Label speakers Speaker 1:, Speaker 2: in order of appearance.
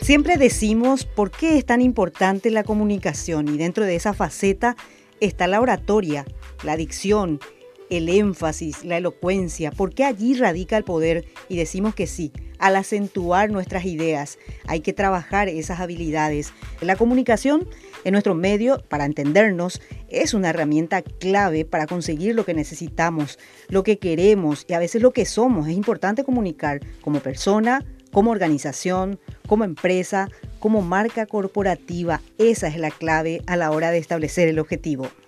Speaker 1: Siempre decimos por qué es tan importante la comunicación y dentro de esa faceta está la oratoria, la dicción, el énfasis, la elocuencia, porque allí radica el poder y decimos que sí, al acentuar nuestras ideas hay que trabajar esas habilidades. La comunicación en nuestro medio, para entendernos, es una herramienta clave para conseguir lo que necesitamos, lo que queremos y a veces lo que somos. Es importante comunicar como persona, como organización, como empresa, como marca corporativa. Esa es la clave a la hora de establecer el objetivo.